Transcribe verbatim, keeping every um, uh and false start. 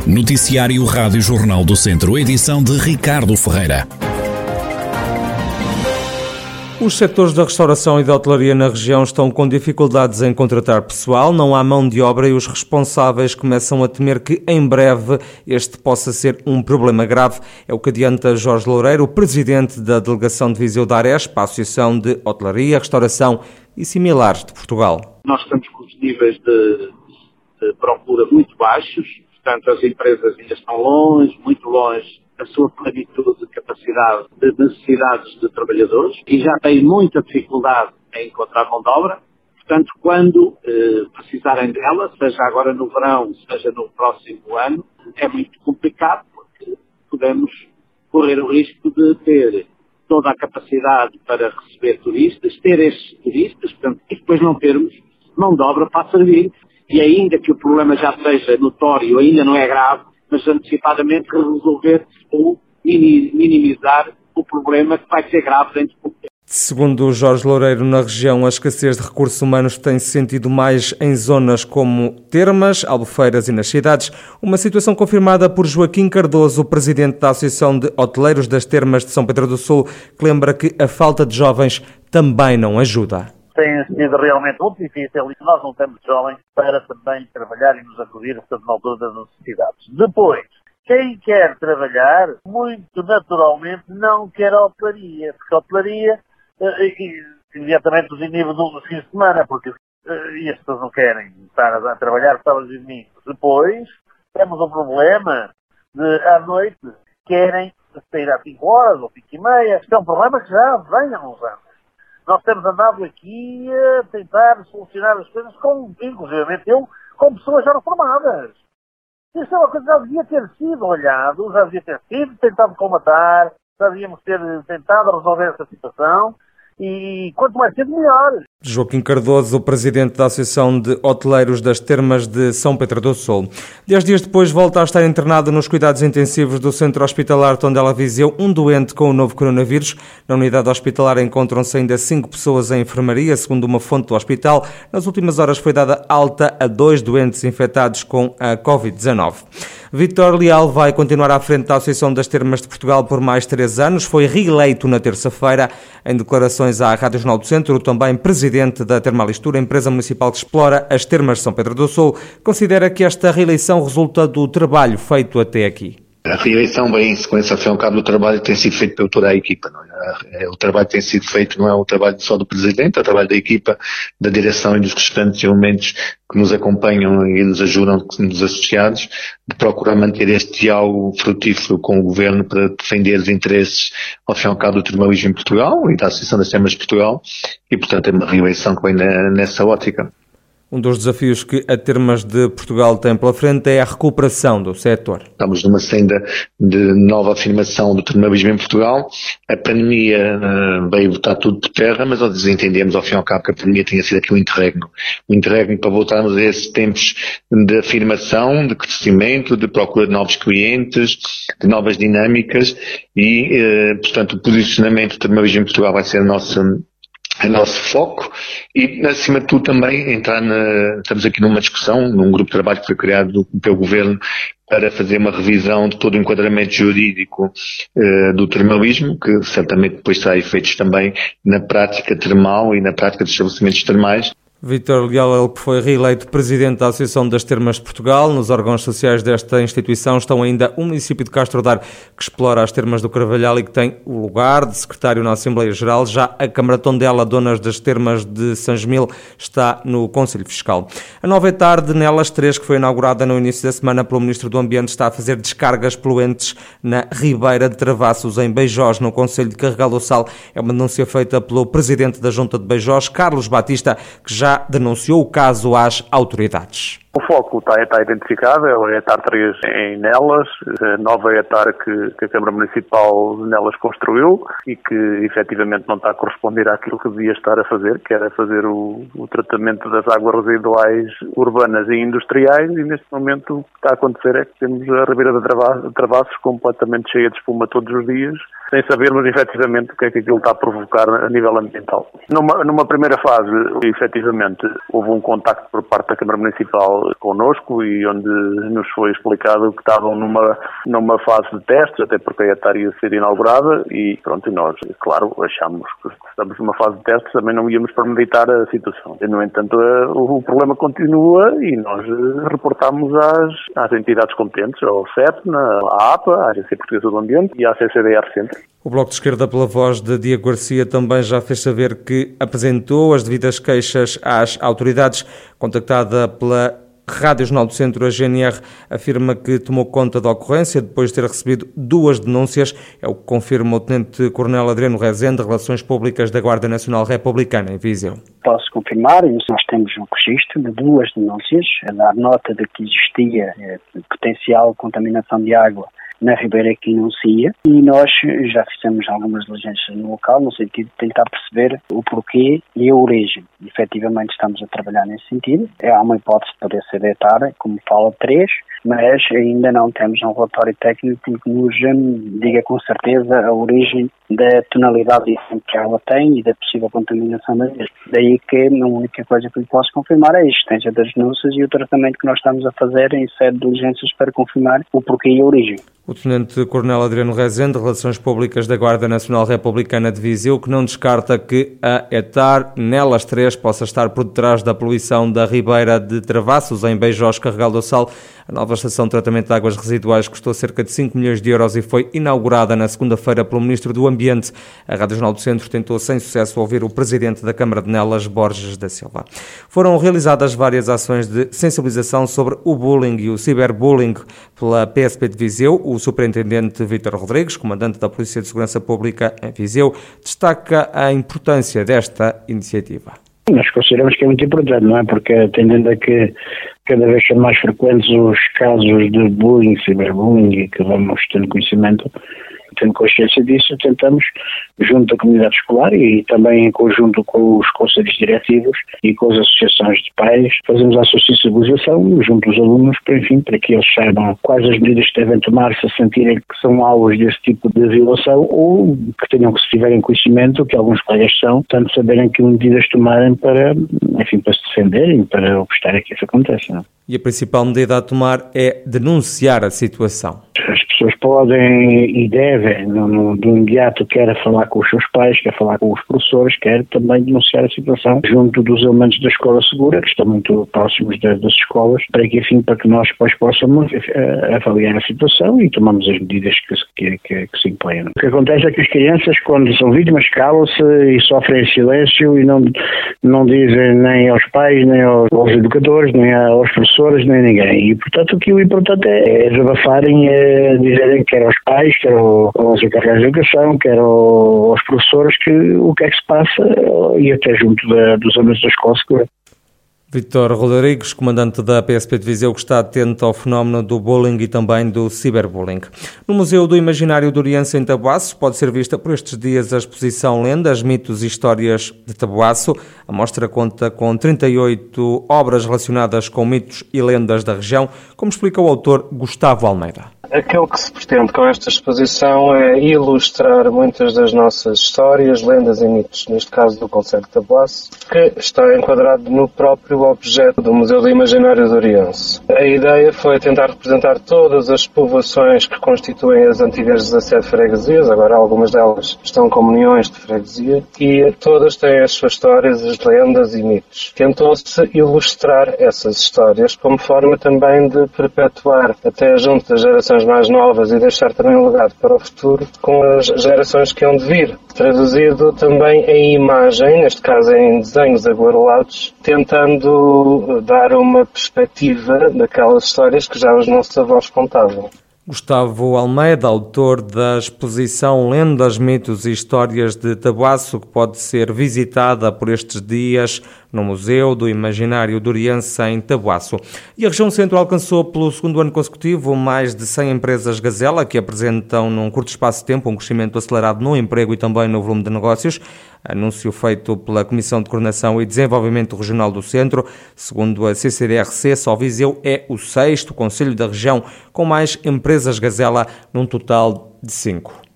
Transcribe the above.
Noticiário Rádio Jornal do Centro, edição de Ricardo Ferreira. Os setores da restauração e da hotelaria na região estão com dificuldades em contratar pessoal, não há mão de obra e os responsáveis começam a temer que, em breve, este possa ser um problema grave. É o que adianta Jorge Loureiro, presidente da Delegação de Viseu da Aresp, a Associação de Hotelaria, Restauração e Similares de Portugal. Nós estamos com os níveis de, de procura muito baixos, portanto as empresas ainda estão longe, muito longe, a sua plenitude de capacidade de necessidades de trabalhadores e já tem muita dificuldade em encontrar mão de obra. Portanto, quando eh, precisarem dela, seja agora no verão, seja no próximo ano, é muito complicado porque podemos correr o risco de ter toda a capacidade para receber turistas, ter estes turistas, portanto, e depois não termos mão de obra para servir. E ainda que o problema já seja notório, ainda não é grave, mas antecipadamente resolver ou minimizar o problema que vai ser grave dentro de pouco tempo. Segundo o Jorge Loureiro, na região a escassez de recursos humanos tem-se sentido mais em zonas como Termas, Albufeiras e nas cidades, uma situação confirmada por Joaquim Cardoso, presidente da Associação de Hoteleiros das Termas de São Pedro do Sul, que lembra que a falta de jovens também não ajuda. Tem sido realmente muito difícil e nós não temos jovens para também trabalhar e nos acudir, portanto, na altura das necessidades. Depois, quem quer trabalhar, muito naturalmente, não quer a hotelaria, porque a hotelaria, imediatamente os inibe do fim de semana, porque e as pessoas não querem estar a, a trabalhar sábados e domingos. Depois, temos um problema de, à noite, querem sair às cinco horas ou cinco e meia. Isto é um problema que já vem há uns anos. Nós temos andado aqui a tentar solucionar as coisas, com, inclusive eu, com pessoas já reformadas. Isto é uma coisa que já devia ter sido olhado, já devia ter sido tentado colmatar, já devíamos ter tentado resolver essa situação e quanto mais cedo, melhor. Joaquim Cardoso, o presidente da Associação de Hoteleiros das Termas de São Pedro do Sul. Dez dias depois volta a estar internado nos cuidados intensivos do Centro Hospitalar Tondela Viseu um doente com o novo coronavírus. Na unidade hospitalar encontram-se ainda cinco pessoas em enfermaria, segundo uma fonte do hospital. Nas últimas horas foi dada alta a dois doentes infectados com a covid dezanove. Vítor Leal vai continuar à frente da Associação das Termas de Portugal por mais três anos. Foi reeleito na terça-feira. Em declarações à Rádio Jornal do Centro, o também presidente da Termalistura, empresa municipal que explora as termas de São Pedro do Sul, considera que esta reeleição resulta do trabalho feito até aqui. A reeleição vem em sequência, ao fim e ao cabo, do trabalho que tem sido feito por toda a equipa. Não é? O trabalho que tem sido feito não é o trabalho só do Presidente, é o trabalho da equipa, da direção e dos restantes elementos que nos acompanham e nos ajudam, nos associados, de procurar manter este diálogo frutífero com o Governo para defender os interesses, ao fim e ao cabo, do termalismo em Portugal e da Associação das Termas de Portugal, e, portanto, é uma reeleição que vem nessa ótica. Um dos desafios que a Termas de Portugal tem pela frente é a recuperação do setor. Estamos numa senda de nova afirmação do termalismo em Portugal. A pandemia uh, veio botar tudo por terra, mas nós entendemos ao fim e ao cabo que a pandemia tinha sido aqui um interregno. Um interregno para voltarmos a esses tempos de afirmação, de crescimento, de procura de novos clientes, de novas dinâmicas e, uh, portanto, o posicionamento do termalismo em Portugal vai ser a nossa é nosso foco e, acima de tudo, também entrar na, estamos aqui numa discussão, num grupo de trabalho que foi criado pelo Governo para fazer uma revisão de todo o enquadramento jurídico uh, do termalismo, que certamente depois terá efeitos também na prática termal e na prática dos estabelecimentos termais. Vítor Leal, ele que foi reeleito presidente da Associação das Termas de Portugal. Nos órgãos sociais desta instituição estão ainda o município de Castro Daire, que explora as termas do Carvalhal e que tem o lugar de secretário na Assembleia Geral. Já a Câmara Tondela, donas das termas de Sangemil, está no Conselho Fiscal. A Nova é Tarde, nelas três, que foi inaugurada no início da semana pelo Ministro do Ambiente, está a fazer descargas poluentes na Ribeira de Travassos, em Beijós, no Concelho de Carregal do Sal. É uma denúncia feita pelo presidente da Junta de Beijós, Carlos Batista, que já denunciou o caso às autoridades. O foco está, está identificado, é a ETAR três em Nelas, a nova ETAR que, que a Câmara Municipal de Nelas construiu e que efetivamente não está a corresponder àquilo que devia estar a fazer, que era fazer o, o tratamento das águas residuais urbanas e industriais, e neste momento o que está a acontecer é que temos a Ribeira de Travassos completamente cheia de espuma todos os dias, sem sabermos efetivamente o que é que aquilo está a provocar a nível ambiental. Numa, numa primeira fase, efetivamente, houve um contacto por parte da Câmara Municipal connosco e onde nos foi explicado que estavam numa, numa fase de testes, até porque a ETAR ia ser inaugurada e pronto, e nós, claro, achámos que se estamos numa fase de testes também não íamos premeditar a situação. E, no entanto, o problema continua e nós reportámos às, às entidades competentes, ao C E P, à APA, à Agência Portuguesa do Ambiente e à C C D R Centro. O Bloco de Esquerda, pela voz de Diego Garcia, também já fez saber que apresentou as devidas queixas às autoridades. Contactada pela Rádio Jornal do Centro, a G N R afirma que tomou conta da ocorrência depois de ter recebido duas denúncias. É o que confirma o Tenente-Coronel Adriano Rezende, Relações Públicas da Guarda Nacional Republicana, em Viseu. Posso confirmar, nós temos um registro de duas denúncias, a dar nota de que existia eh, potencial contaminação de água na Ribeira Quinuncia, e nós já fizemos algumas diligências no local, no sentido de tentar perceber o porquê e a origem. E, efetivamente estamos a trabalhar nesse sentido. Há uma hipótese de poder ser deitada, como fala três, mas ainda não temos um relatório técnico que nos diga com certeza a origem da tonalidade que a água tem e da possível contaminação da mesma. Daí que a única coisa que lhe posso confirmar é a existência das denúncias e o tratamento que nós estamos a fazer em sede de diligências para confirmar o porquê e a origem. O Tenente-Coronel Adriano Rezende, Relações Públicas da Guarda Nacional Republicana de Viseu, que não descarta que a ETAR, nelas três, possa estar por detrás da poluição da Ribeira de Travassos, em Beijós, Carregal do Sal. A nova estação de tratamento de águas residuais custou cerca de cinco milhões de euros e foi inaugurada na segunda-feira pelo Ministro do Ambiente. A Rádio Jornal do Centro tentou sem sucesso ouvir o Presidente da Câmara de Nelas, Borges da Silva. Foram realizadas várias ações de sensibilização sobre o bullying e o ciberbullying pela P S P de Viseu. O Superintendente Vítor Rodrigues, Comandante da Polícia de Segurança Pública em Viseu, destaca a importância desta iniciativa. Nós consideramos que é muito importante, não é? Porque atendendo a que cada vez são mais frequentes os casos de bullying, ciberbullying, e que vamos tendo conhecimento, tendo consciência disso, tentamos, junto da comunidade escolar e também em conjunto com os conselhos diretivos e com as associações de pais, fazemos a sensibilização junto dos alunos, para, enfim, para que eles saibam quais as medidas que devem tomar se sentirem que são alvos desse tipo de violação, ou que tenham que, se tiverem conhecimento, que alguns colegas são, tanto saberem que medidas tomarem para, enfim, para se defenderem, para obstar a que isso aconteça. Não? E a principal medida a tomar é denunciar a situação. As pessoas podem e devem, no, no, de imediato, quer falar com os seus pais, quer falar com os professores, quer também denunciar a situação junto dos elementos da escola segura, que estão muito próximos das, das escolas, para que, enfim, para que nós depois possamos uh, avaliar a situação e tomamos as medidas que, que, que, que se impõem. O que acontece é que as crianças, quando são vítimas, calam-se e sofrem em silêncio e não, não dizem nem aos pais, nem aos, aos educadores, nem aos professores, nem a ninguém. E, portanto, o que o importante é, é desabafarem, é dizerem quer aos pais, quer aos encarregados de educação, quer aos professores, que o que é que se passa e até junto da, dos alunos da escola segura. Vítor Rodrigues, comandante da P S P de Viseu, que está atento ao fenómeno do bullying e também do ciberbullying. No Museu do Imaginário de Oriense, em Taboaço, pode ser vista por estes dias a exposição Lendas, Mitos e Histórias de Taboaço. A mostra conta com trinta e oito obras relacionadas com mitos e lendas da região, como explica o autor Gustavo Almeida. Aquilo que se pretende com esta exposição é ilustrar muitas das nossas histórias, lendas e mitos, neste caso do concelho de Taboaço, que está enquadrado no próprio objeto do Museu do Imaginário de Oriense. A ideia foi tentar representar todas as povoações que constituem as antigas dezassete freguesias, agora algumas delas estão como uniões de freguesia, e todas têm as suas histórias, as lendas e mitos. Tentou-se ilustrar essas histórias como forma também de perpetuar até junto das gerações mais novas e deixar também um legado para o futuro com as gerações que hão de vir. Traduzido também em imagem, neste caso em desenhos aguarelados, tentando dar uma perspectiva daquelas histórias que já os nossos avós contavam. Gustavo Almeida, autor da exposição Lendas, Mitos e Histórias de Taboaço, que pode ser visitada por estes dias no Museu do Imaginário de Oriense, em Taboaço. E a região centro alcançou pelo segundo ano consecutivo mais de cem empresas Gazela, que apresentam num curto espaço de tempo um crescimento acelerado no emprego e também no volume de negócios. Anúncio feito pela Comissão de Coordenação e Desenvolvimento Regional do Centro. Segundo a C C D R C, só Viseu é o sexto concelho da região com mais empresas Gazela, num total de cinco.